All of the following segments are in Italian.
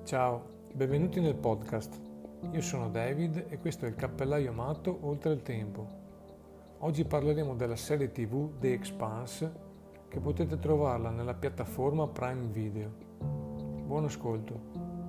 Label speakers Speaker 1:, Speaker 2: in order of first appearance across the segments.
Speaker 1: Ciao, benvenuti nel podcast. Io sono David e questo è il Cappellaio Matto oltre il tempo. Oggi parleremo della serie TV The Expanse che potete trovarla nella piattaforma Prime Video. Buon ascolto.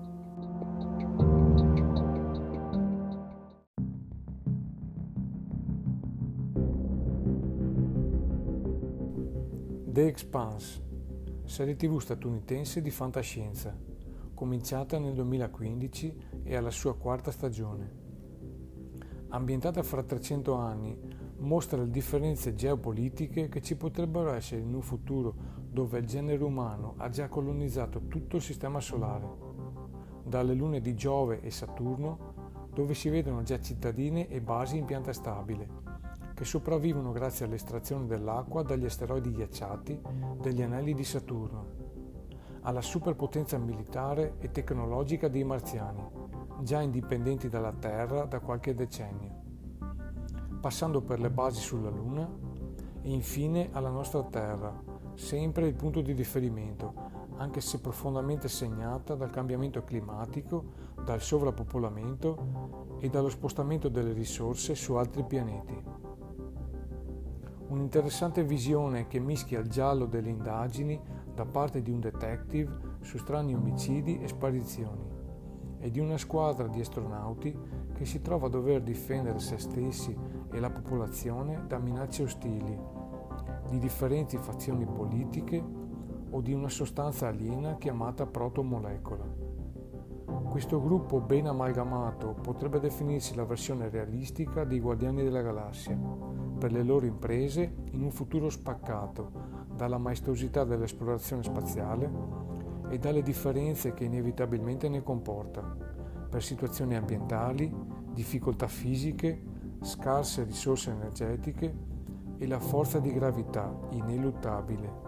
Speaker 1: The Expanse, serie TV statunitense di fantascienza, cominciata nel 2015 e alla sua quarta stagione. Ambientata fra 300 anni, mostra le differenze geopolitiche che ci potrebbero essere in un futuro dove il genere umano ha già colonizzato tutto il sistema solare, dalle lune di Giove e Saturno, dove si vedono già cittadine e basi in pianta stabile, che sopravvivono grazie all'estrazione dell'acqua dagli asteroidi ghiacciati degli anelli di Saturno, alla superpotenza militare e tecnologica dei marziani, già indipendenti dalla Terra da qualche decennio, passando per le basi sulla Luna e infine alla nostra Terra, sempre il punto di riferimento, anche se profondamente segnata dal cambiamento climatico, dal sovrappopolamento e dallo spostamento delle risorse su altri pianeti. Un'interessante visione che mischia il giallo delle indagini da parte di un detective su strani omicidi e sparizioni e di una squadra di astronauti che si trova a dover difendere se stessi e la popolazione da minacce ostili, di differenti fazioni politiche o di una sostanza aliena chiamata protomolecola. Questo gruppo ben amalgamato potrebbe definirsi la versione realistica dei Guardiani della Galassia, per le loro imprese in un futuro spaccato dalla maestosità dell'esplorazione spaziale e dalle differenze che inevitabilmente ne comporta, per situazioni ambientali, difficoltà fisiche, scarse risorse energetiche e la forza di gravità ineluttabile.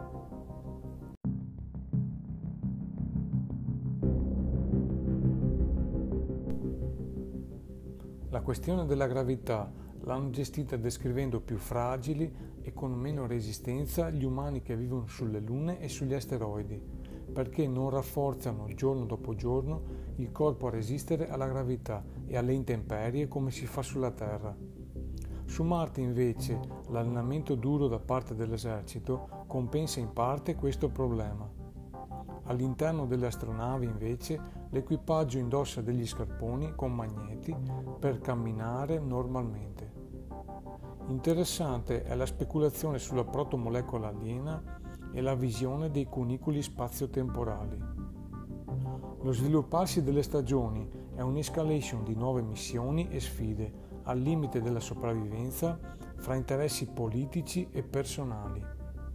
Speaker 1: La questione della gravità l'hanno gestita descrivendo più fragili e con meno resistenza gli umani che vivono sulle lune e sugli asteroidi, perché non rafforzano giorno dopo giorno il corpo a resistere alla gravità e alle intemperie come si fa sulla Terra. Su Marte invece l'allenamento duro da parte dell'esercito compensa in parte questo problema. All'interno delle astronavi invece l'equipaggio indossa degli scarponi con magneti per camminare normalmente. Interessante è la speculazione sulla protomolecola aliena e la visione dei cunicoli spazio-temporali. Lo svilupparsi delle stagioni è un'escalation di nuove missioni e sfide al limite della sopravvivenza fra interessi politici e personali.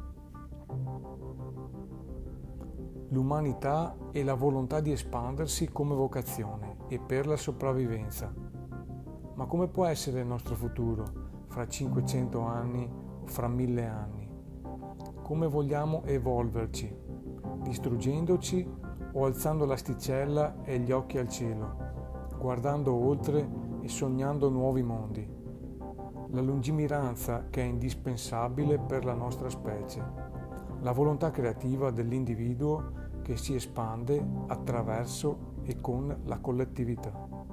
Speaker 1: L'umanità e la volontà di espandersi come vocazione e per la sopravvivenza. Ma come può essere il nostro futuro fra 500 anni o fra 1000 anni? Come vogliamo evolverci? Distruggendoci o alzando l'asticella e gli occhi al cielo, guardando oltre e sognando nuovi mondi? La lungimiranza che è indispensabile per la nostra specie. La volontà creativa dell'individuo che si espande attraverso e con la collettività.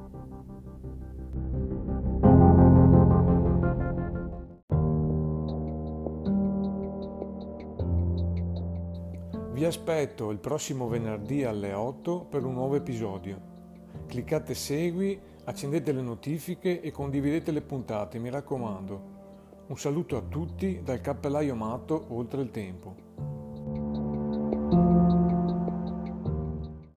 Speaker 1: Vi aspetto il prossimo venerdì alle 8 per un nuovo episodio. Cliccate segui, accendete le notifiche e condividete le puntate, mi raccomando. Un saluto a tutti dal Cappellaio Matto oltre il tempo.